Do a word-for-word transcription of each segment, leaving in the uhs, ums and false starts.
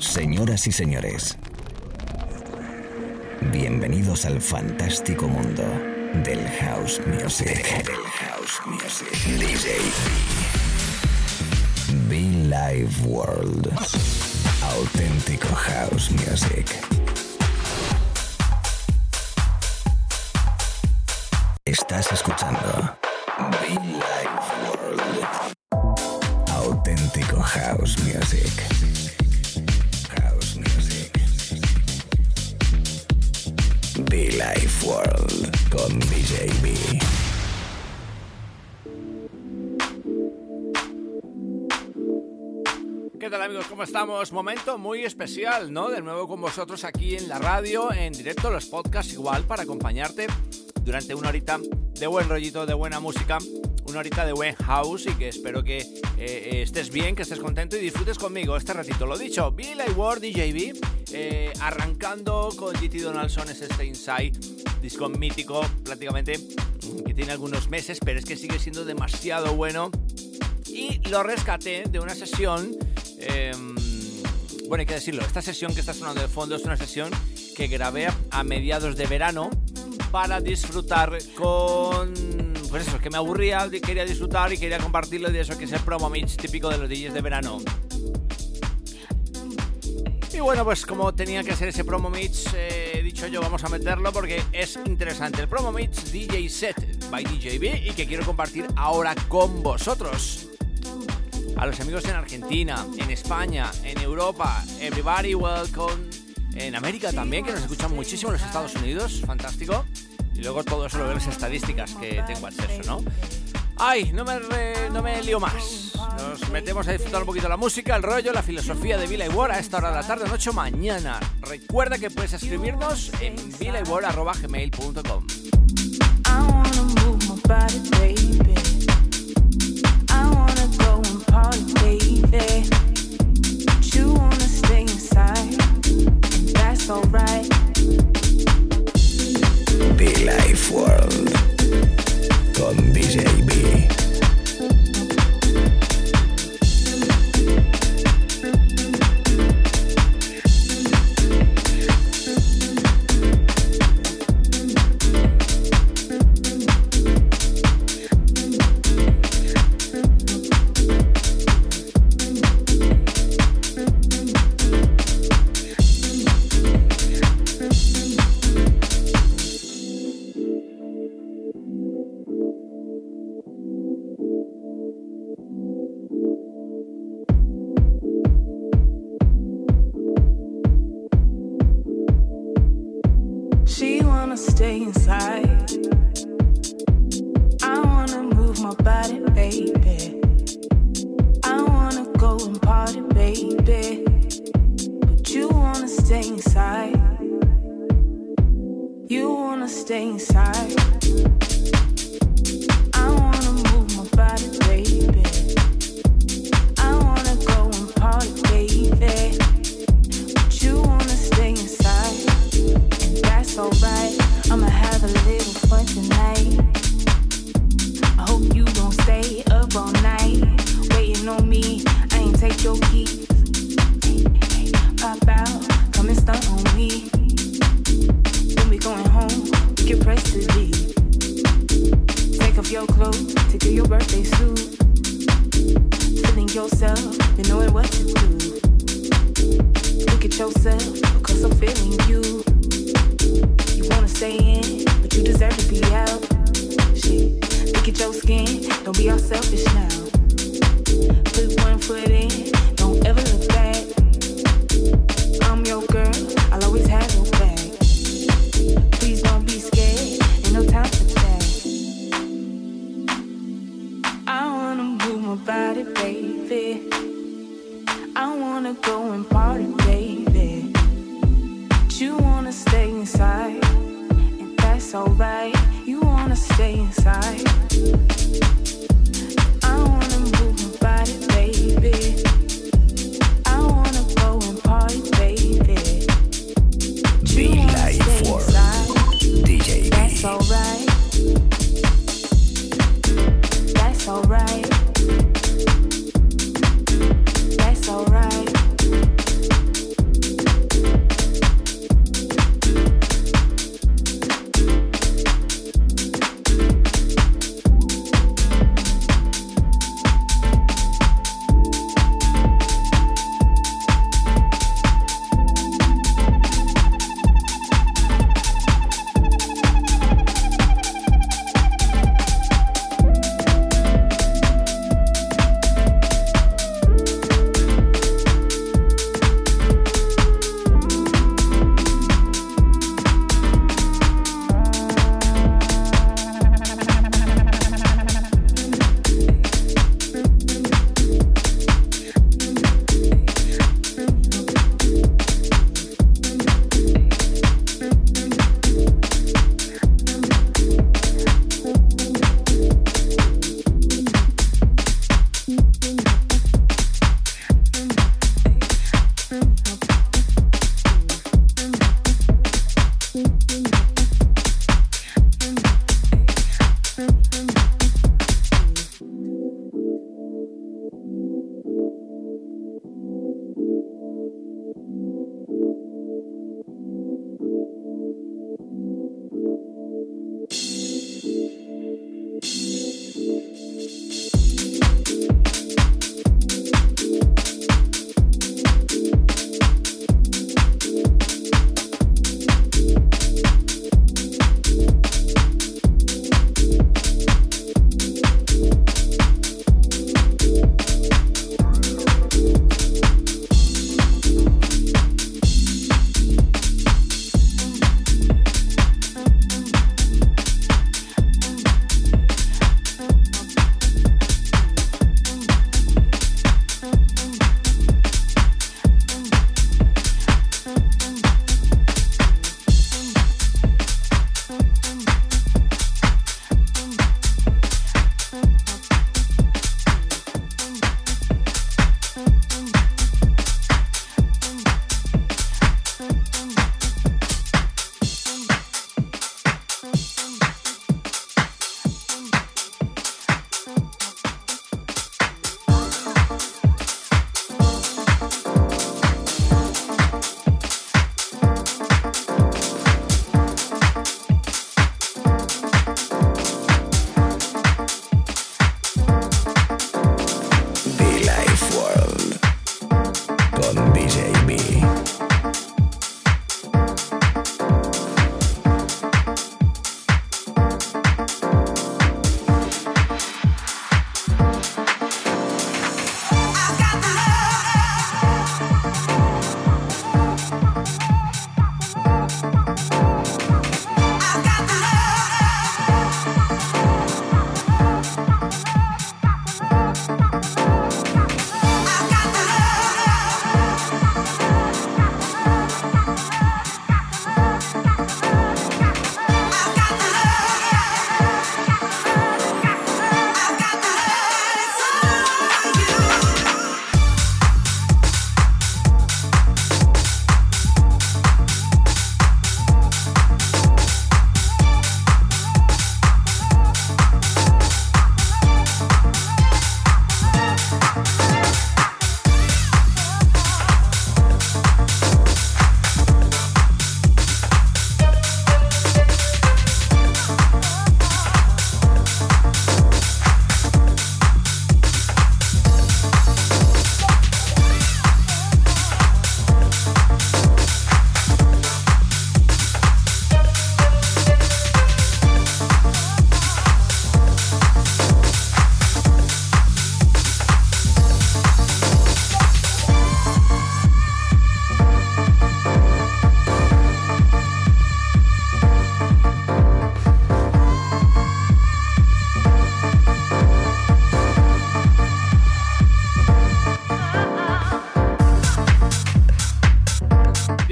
Señoras y señores, bienvenidos al fantástico mundo del house music. Del house music. D J B. Be-Live World. Auténtico house music. Estás escuchando Be-Live World. Auténtico house music. House music. Be-Live World con D J B. ¿Qué tal, amigos? ¿Cómo estamos? Momento muy especial, ¿no? De nuevo con vosotros aquí en la radio, en directo, los podcasts igual, para acompañarte durante una horita de buen rollito, de buena música, una horita de buen house, y que espero que eh, estés bien, que estés contento y disfrutes conmigo este ratito. Lo dicho, Be-Live World, D J B, eh, arrancando con J T Donaldson, es este Inside, disco mítico prácticamente, que tiene algunos meses, pero es que sigue siendo demasiado bueno. Y lo rescaté de una sesión, eh, bueno, hay que decirlo, esta sesión que está sonando de fondo es una sesión que grabé a mediados de verano para disfrutar con... Pues eso, que me aburría, quería disfrutar y quería compartirlo, de eso que es el promo mix típico de los D Js de verano. Y bueno, pues como tenía que ser ese promo mix, eh, he dicho yo, vamos a meterlo porque es interesante. El promo mix D J Set by D J B, y que quiero compartir ahora con vosotros. A los amigos en Argentina, en España, en Europa, everybody welcome. En América también, que nos escuchan muchísimo, en los Estados Unidos, fantástico. Y luego todo eso lo veo en las estadísticas que tengo acceso, ¿no? Ay, no me, re, no me lío más. Nos metemos a disfrutar un poquito la música, el rollo, la filosofía de Be-Live World a esta hora de la tarde, noche o mañana. Recuerda que puedes escribirnos en be live world arroba gmail punto com. Alright. Be-Live World con D J B. Stay inside. I wanna move my body, baby. I wanna go and party, baby. But you wanna stay inside. You wanna stay inside. I wanna move my body, baby. I wanna go and party, baby. But you wanna stay inside. And that's alright. I'ma have a little fun tonight. I hope you gon' stay up all night, waiting on me. I ain't take your keys. Pop out, come and stunt on me. When we going home, we can press the D. Take off your clothes, take off your birthday suit. Feeling yourself, you knowing what to do. Look at yourself, because I'm feeling you. You wanna stay in, but you deserve to be out. Shit, look at your skin, don't be all selfish now. Put one foot in, don't ever look back. I'm your girl, I'll always have your back. Please don't be scared, ain't no time for that. I wanna move my body, baby. I wanna go and party, baby. But you wanna stay inside. That's alright, you wanna stay inside. I wanna move my body, baby. I wanna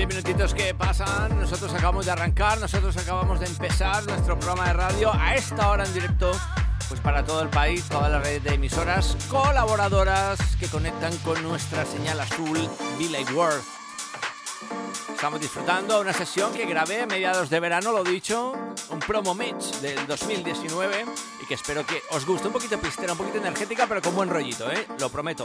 diez minutitos que pasan, nosotros acabamos de arrancar, nosotros acabamos de empezar nuestro programa de radio a esta hora en directo, pues para todo el país, todas las redes de emisoras colaboradoras que conectan con nuestra señal azul Village World. Estamos disfrutando una sesión que grabé a mediados de verano, lo dicho, un promo mix del dos mil diecinueve y que espero que os guste, un poquito pistera, un poquito energética, pero con buen rollito, ¿eh? Lo prometo.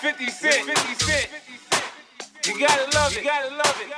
fifty Cent, fifty Cent. You gotta love it, you gotta love it.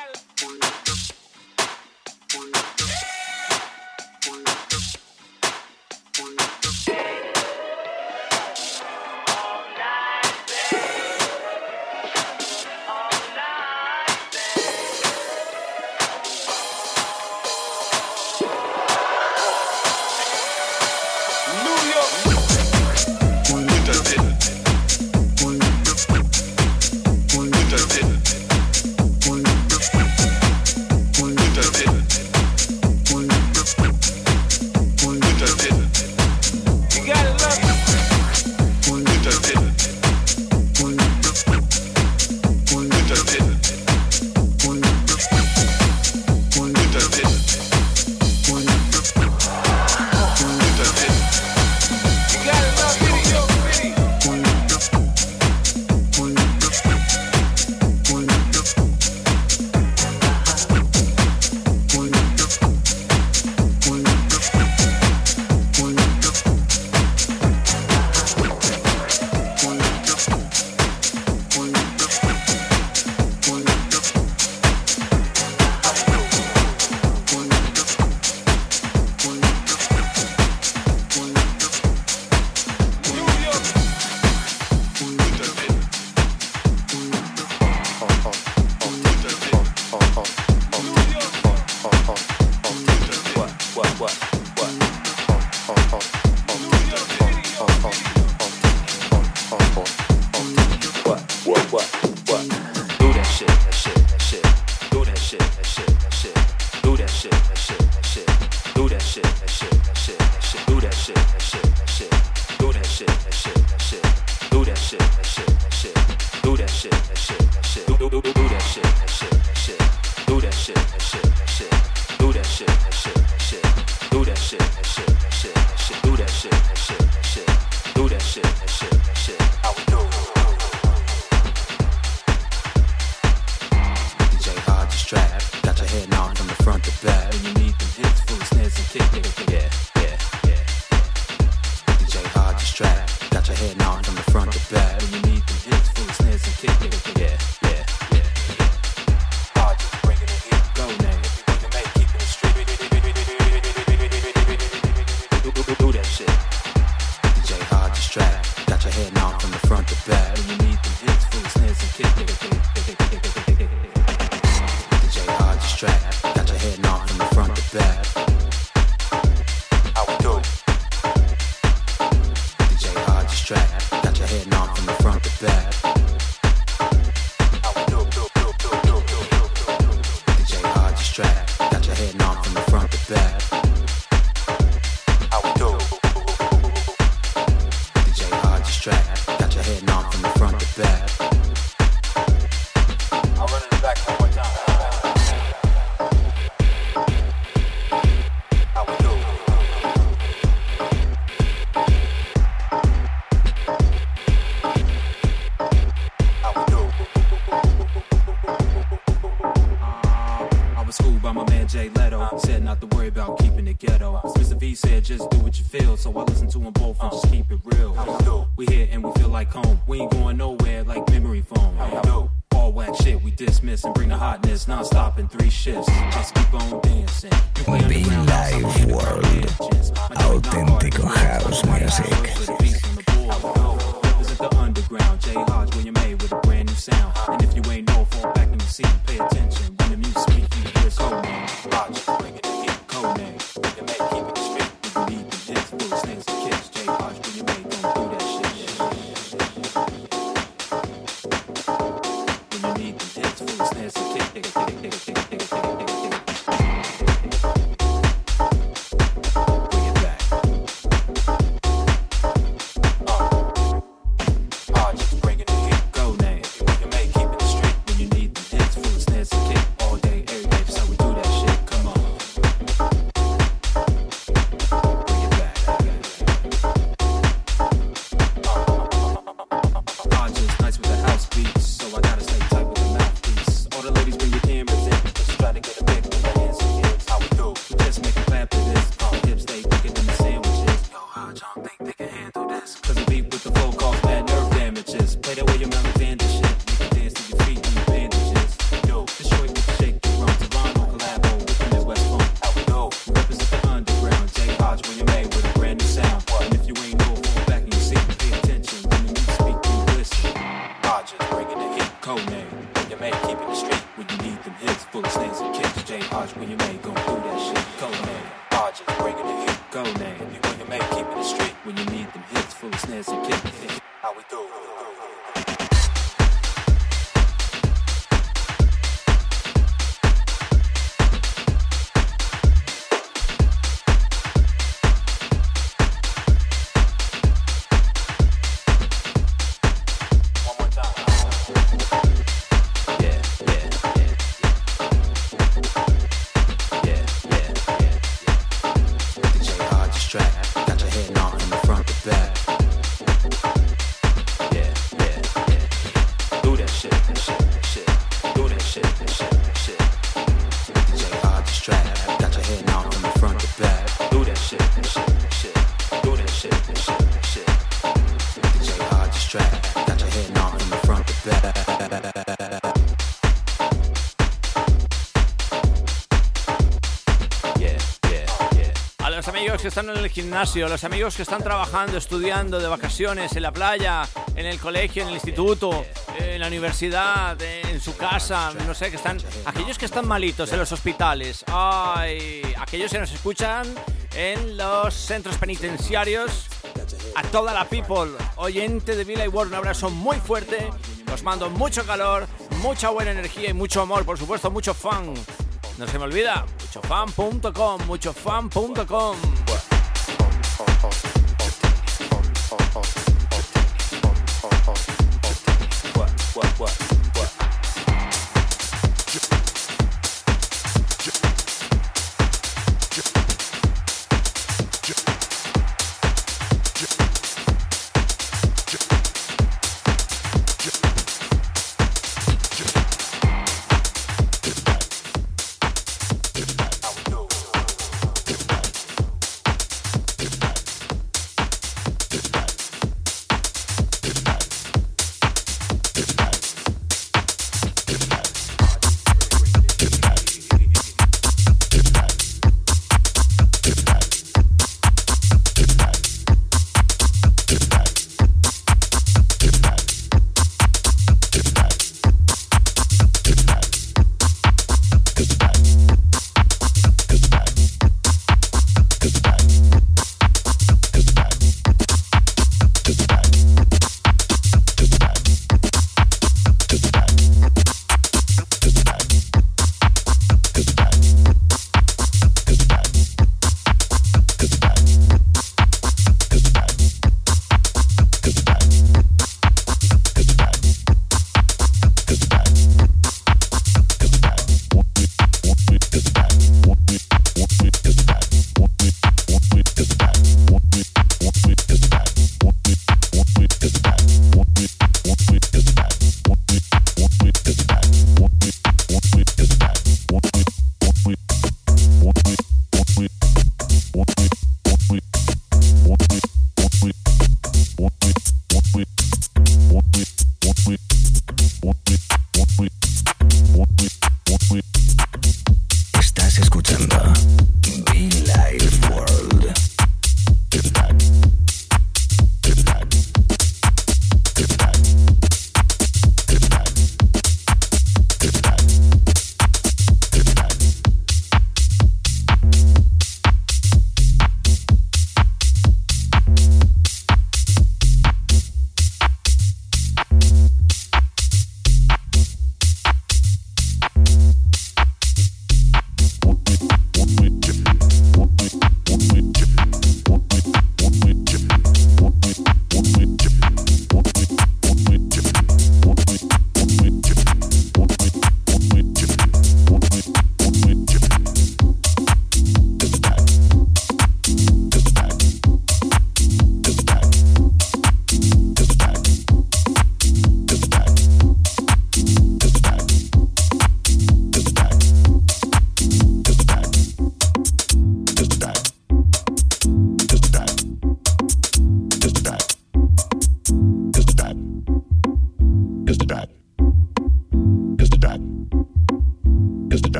of snares and kicks. J Arch, when you make, gon' do that shit. Go name, Arch, bringing the heat. Go name, when you make, keeping it straight. When you need them hits full of snares and kicks. How we do? Que están en el gimnasio, los amigos que están trabajando, estudiando, de vacaciones, en la playa, en el colegio, en el instituto, en la universidad, en su casa, no sé, que están, aquellos que están malitos en los hospitales, ay, aquellos que nos escuchan en los centros penitenciarios, a toda la people, oyente de Villa y World, un abrazo muy fuerte, os mando mucho calor, mucha buena energía y mucho amor, por supuesto, mucho fan. No se me olvida, muchofan punto com, muchofan punto com.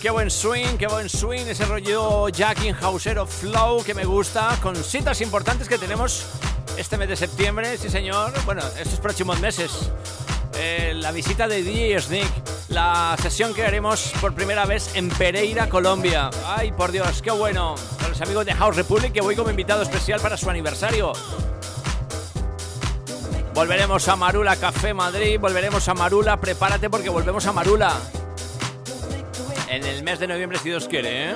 Qué buen swing, qué buen swing, ese rollo Jacking Hausero Flow que me gusta, con citas importantes que tenemos este mes de septiembre, sí señor, bueno, estos próximos meses. Eh, la visita de D J Sneak, la sesión que haremos por primera vez en Pereira, Colombia. Ay, por Dios, qué bueno. Con los amigos de House Republic, que voy como invitado especial para su aniversario. Volveremos a Marula Café Madrid, volveremos a Marula, prepárate porque volvemos a Marula. En el mes de noviembre, si Dios quiere, ¿eh?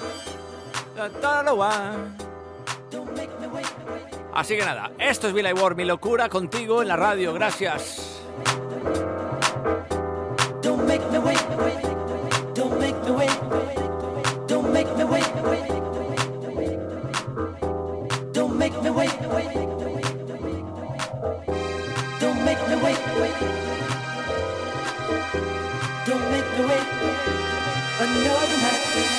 Así que nada, esto es Billy Ward, mi locura contigo en la radio. Gracias. Don't make me wait, don't make me wait, don't make me wait, don't make me wait, don't make me wait, don't make me wait another night.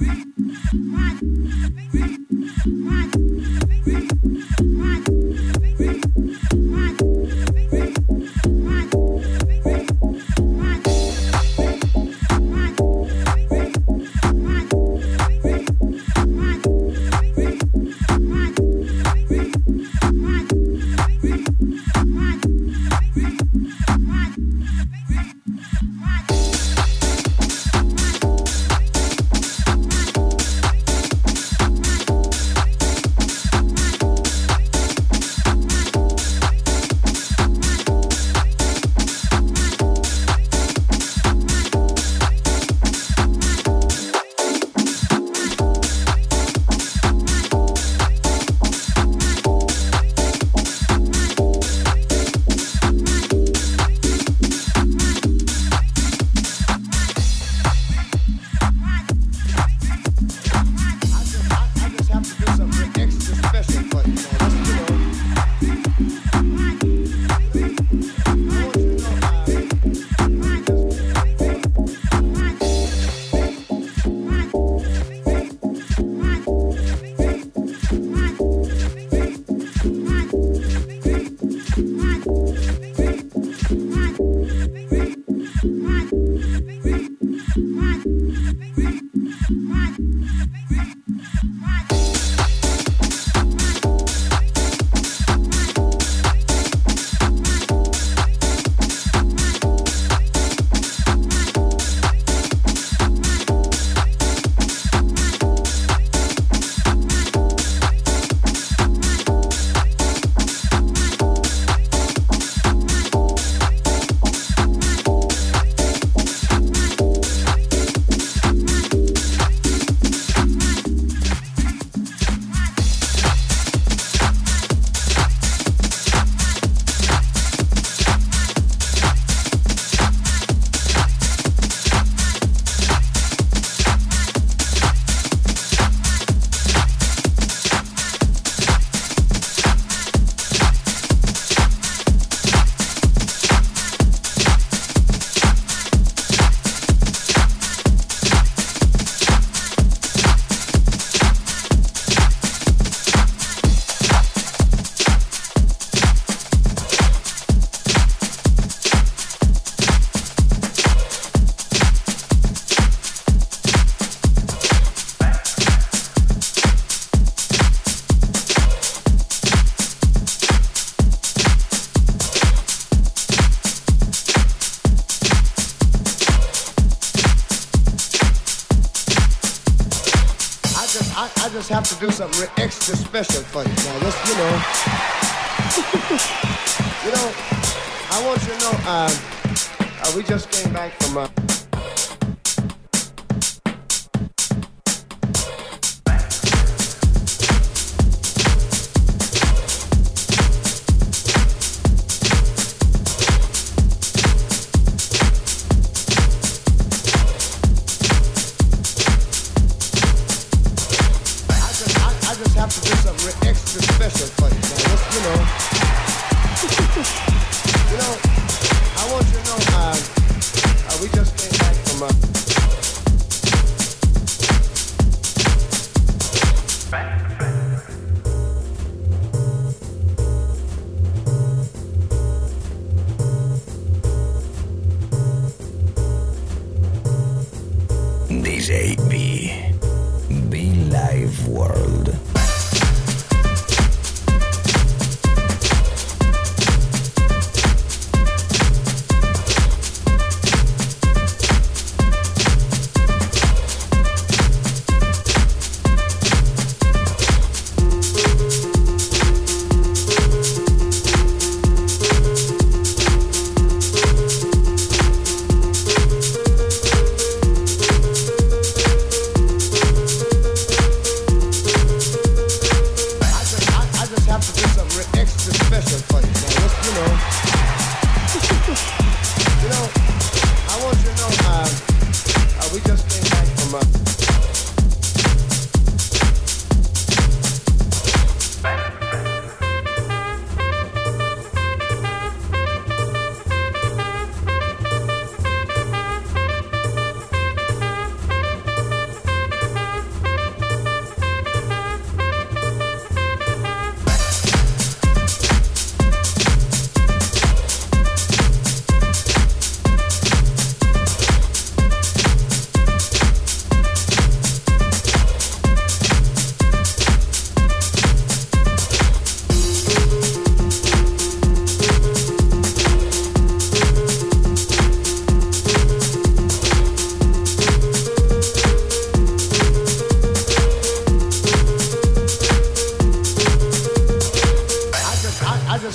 just have to do something extra special for you. Now, just, you know, you know, I want you to know, uh, uh, we just came back from, uh, D J B. Be Live World.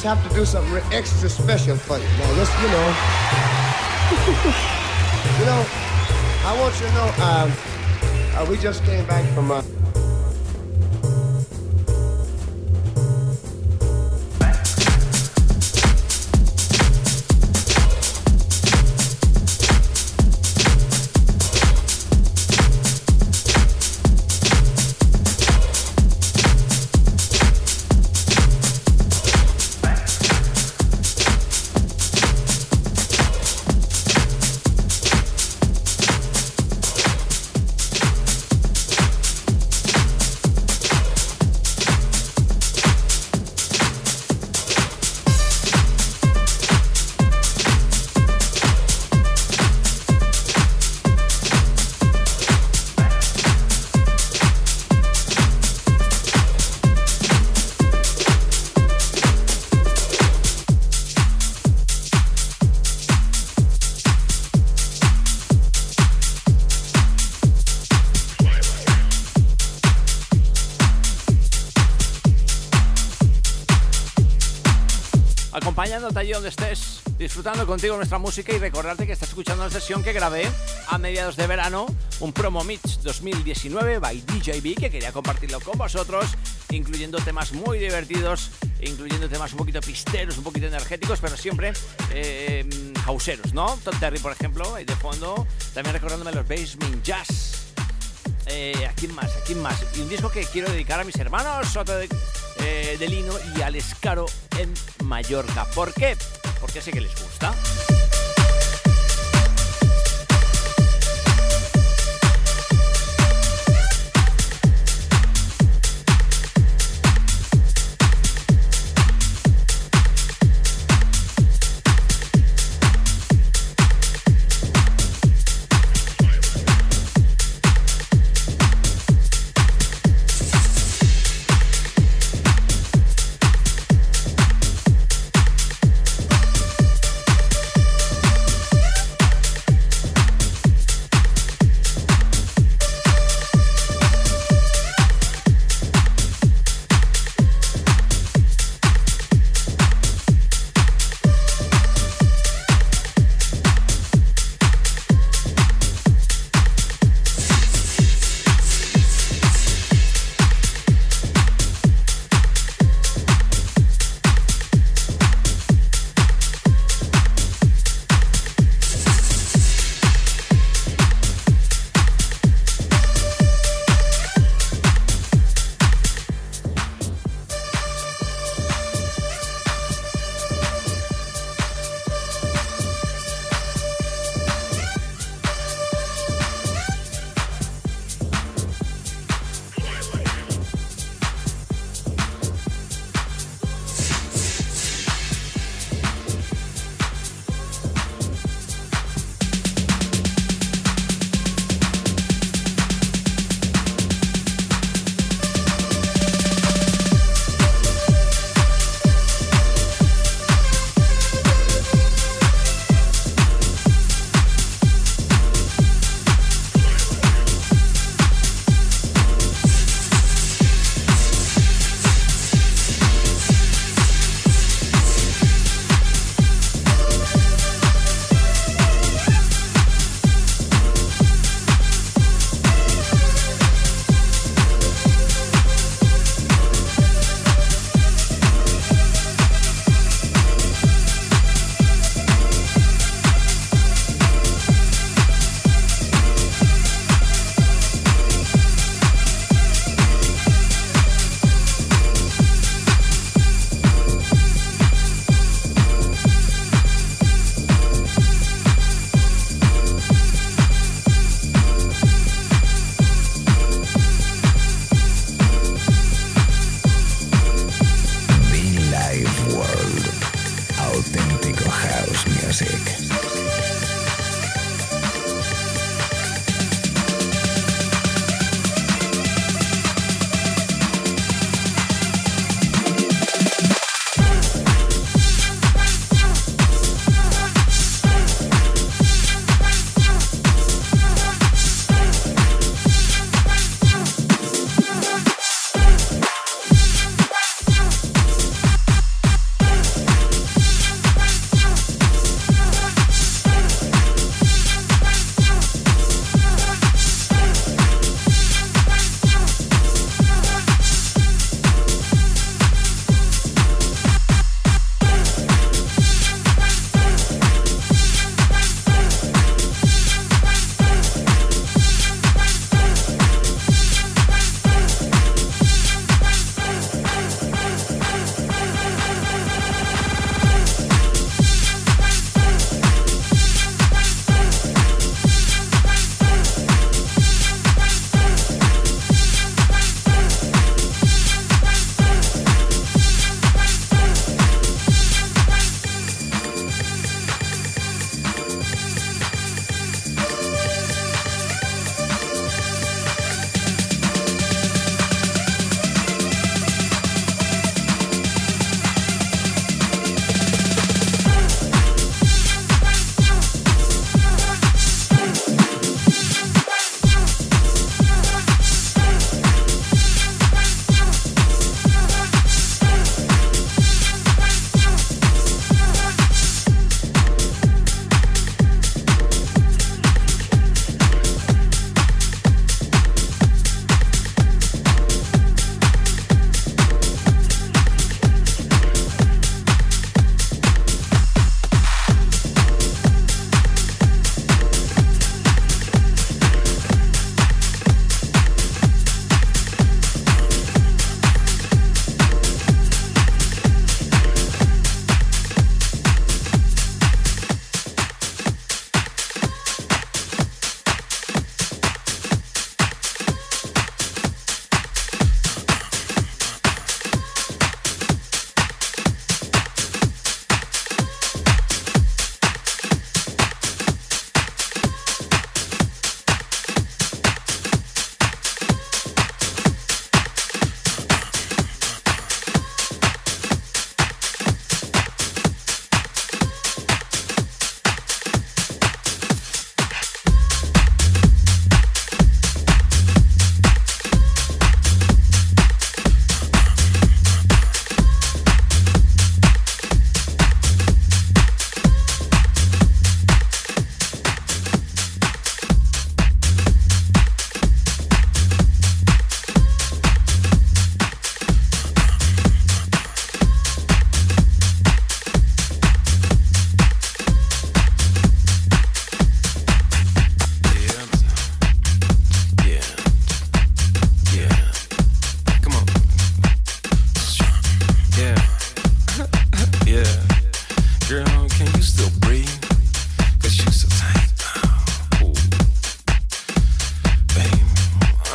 have to do something re- extra special for you. Now, just, you know, you know, I want you to know, um, uh, we just came back from, uh, acompañándote allí donde estés, disfrutando contigo nuestra música y recordarte que estás escuchando una sesión que grabé a mediados de verano, un promo mix dos mil diecinueve by D J B, que quería compartirlo con vosotros, incluyendo temas muy divertidos, incluyendo temas un poquito pisteros, un poquito energéticos, pero siempre eh, houseeros, ¿no? Todd Terry, por ejemplo, ahí de fondo, también recordándome los Basement Jazz. Eh, ¿A quién más? ¿A quién más? Y un disco que quiero dedicar a mis hermanos Soto de, eh, de Lino y al Escaro en Mallorca. ¿Por qué? Porque sé que les gusta.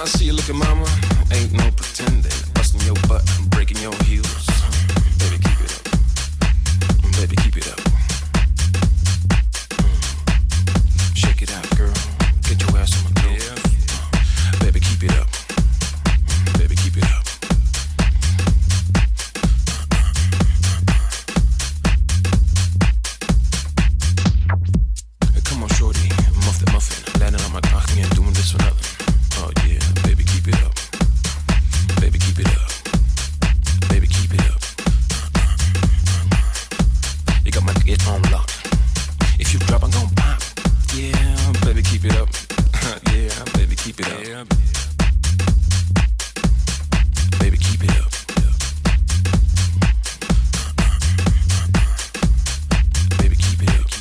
I see you looking, mama. Ain't no pretending. Busting your butt, breaking your heels. Baby, keep it up. Baby, keep it up. Mm. Shake it out, girl. Get your ass on my toes. Yeah. Baby, keep it up. Baby, keep it up. Come on, shorty. Muff that muffin. Landing on my cock. Ain't doing this for nothing. Oh, yeah. Baby, keep it up. Baby, keep it up. Baby, keep it up. You got my it on lock. If you drop, I'm gon' pop. Yeah, baby, keep it up. Yeah, baby, keep it up. Yeah. Baby, keep it up. Baby, keep it up.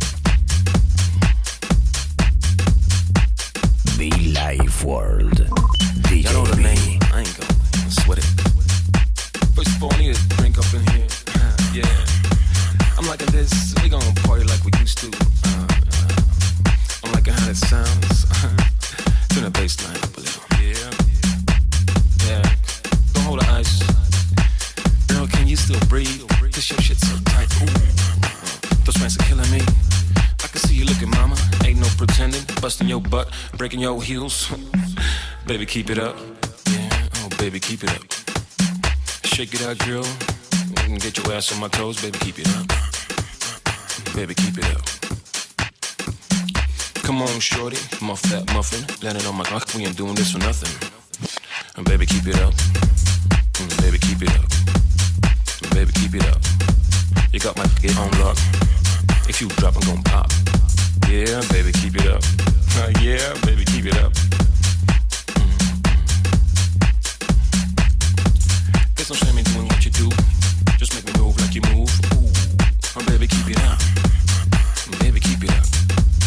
The Life World. D J Y'all know the name. I ain't gon' sweat it. First of all, I need a drink up in here. Yeah. I'm liking this. We gon' party like we used to. Uh, uh, I'm liking how it sounds. Turn the bass line up a little. Yeah. Yeah. Don't hold the ice. Girl, can you still breathe? This your shit so tight. Ooh. Uh, those fans are killing me. I can see you looking, mama. Ain't no pretending. Busting your butt, breaking your heels. Baby, keep it up. Yeah. Oh, baby, keep it up. Shake it out, girl. Get your ass on my toes, baby, keep it up. Baby, keep it up. Come on, shorty, muff that muffin. Landing on my cock, we ain't doing this for nothing. And baby, keep it up. Mm, baby, keep it up. And baby, keep it up. You got my get on lock. If you drop, I'm gon' pop. Yeah, baby, keep it up. Uh, yeah, baby, keep it up. Mm. There's no shame in doing what you do. Just make me move like you move. Ooh. Oh, baby, keep it up. Baby, keep it up.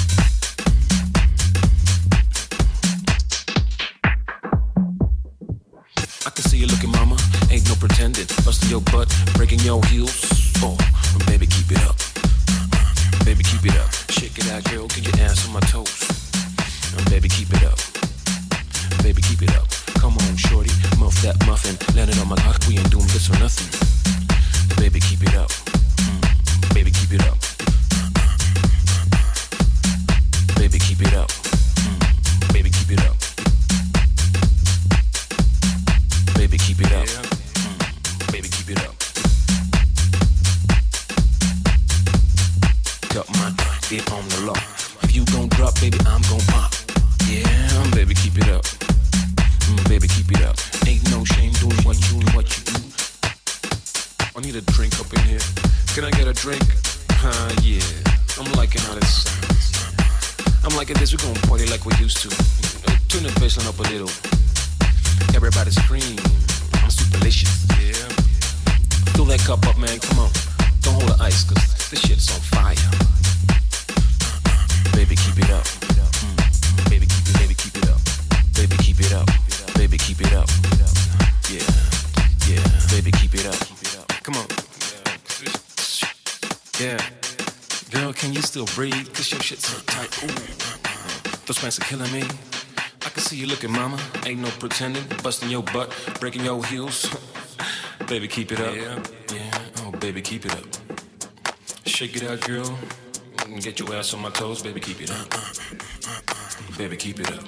I can see you looking, mama. Ain't no pretending. Busting your butt, breaking your heels. Oh, baby, keep it up. Baby, keep it up. Shake it out, girl. Get your ass on my toes. And baby, keep it up. Baby, keep it up. Come on, shorty. Muff that muffin. Landing on my cock. We ain't doing this for nothing. Baby, keep it up. Mm. Baby, keep it up. Baby, keep it up. Mm. Baby, keep it up. Baby, keep it up. Mm. Baby, keep it up. Got my dick on the lock. If you gon' drop, baby, I'm gon' pop. Yeah, baby, keep it up. Mm. Baby, keep it up. Ain't no shame doing what you what you do. I need a drink up in here. Can I get a drink? Uh, yeah. I'm liking how this sounds. I'm liking this. We're gonna party like we used to. Turn the bassline up a little. Everybody scream. I'm superlicious. Yeah. Fill that cup up, man. Come on. Don't hold the ice, cause this shit's on fire. Baby, keep it up. Mm. Baby, keep it, baby, keep it up. Baby, keep it up. Baby, keep it up. Yeah. Yeah. Baby, keep it up. Come on. Yeah. Girl, can you still breathe? Cause your shit's so tight. Ooh. Those pants are killing me. I can see you looking, mama. Ain't no pretending. Busting your butt, breaking your heels. Baby, keep it up. Yeah. Yeah. Oh, baby, keep it up. Shake it out, girl. Get your ass on my toes. Baby, keep it up. Baby, keep it up.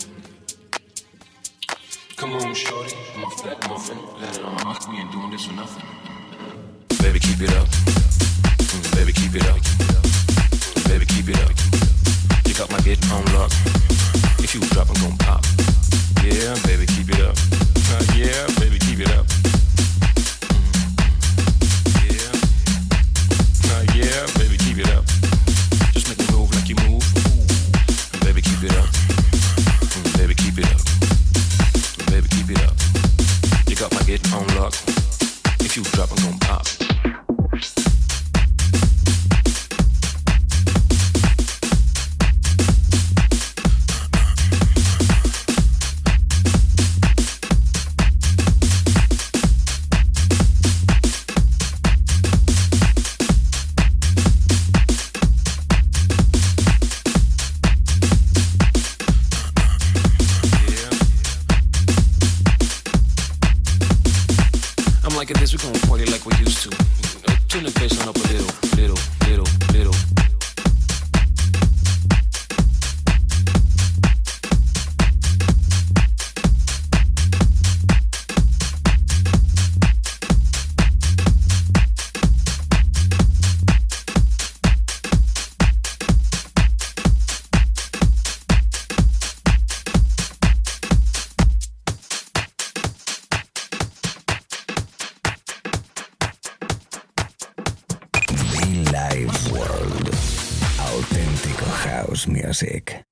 Come on, shorty. Muff that muffin. Let it on my mouth. We ain't doing this for nothing. Baby, keep it up. Mm, baby, keep it up. Baby, keep it up. You got my get on lock. If you drop, I'm gon' pop. Yeah, baby, keep it up. Uh, yeah, baby, keep it up. Mm. Yeah. Uh, yeah, baby, keep it up. Just make me move like you move. Ooh. Baby, keep it up. Mm, baby, keep it up. Baby, keep it up. You got my get on lock. If you drop, I'm gon' pop. like it this, we're gonna party like we used to. Turn the bass on up a little, little, little, little. Live World. Auténtico house music.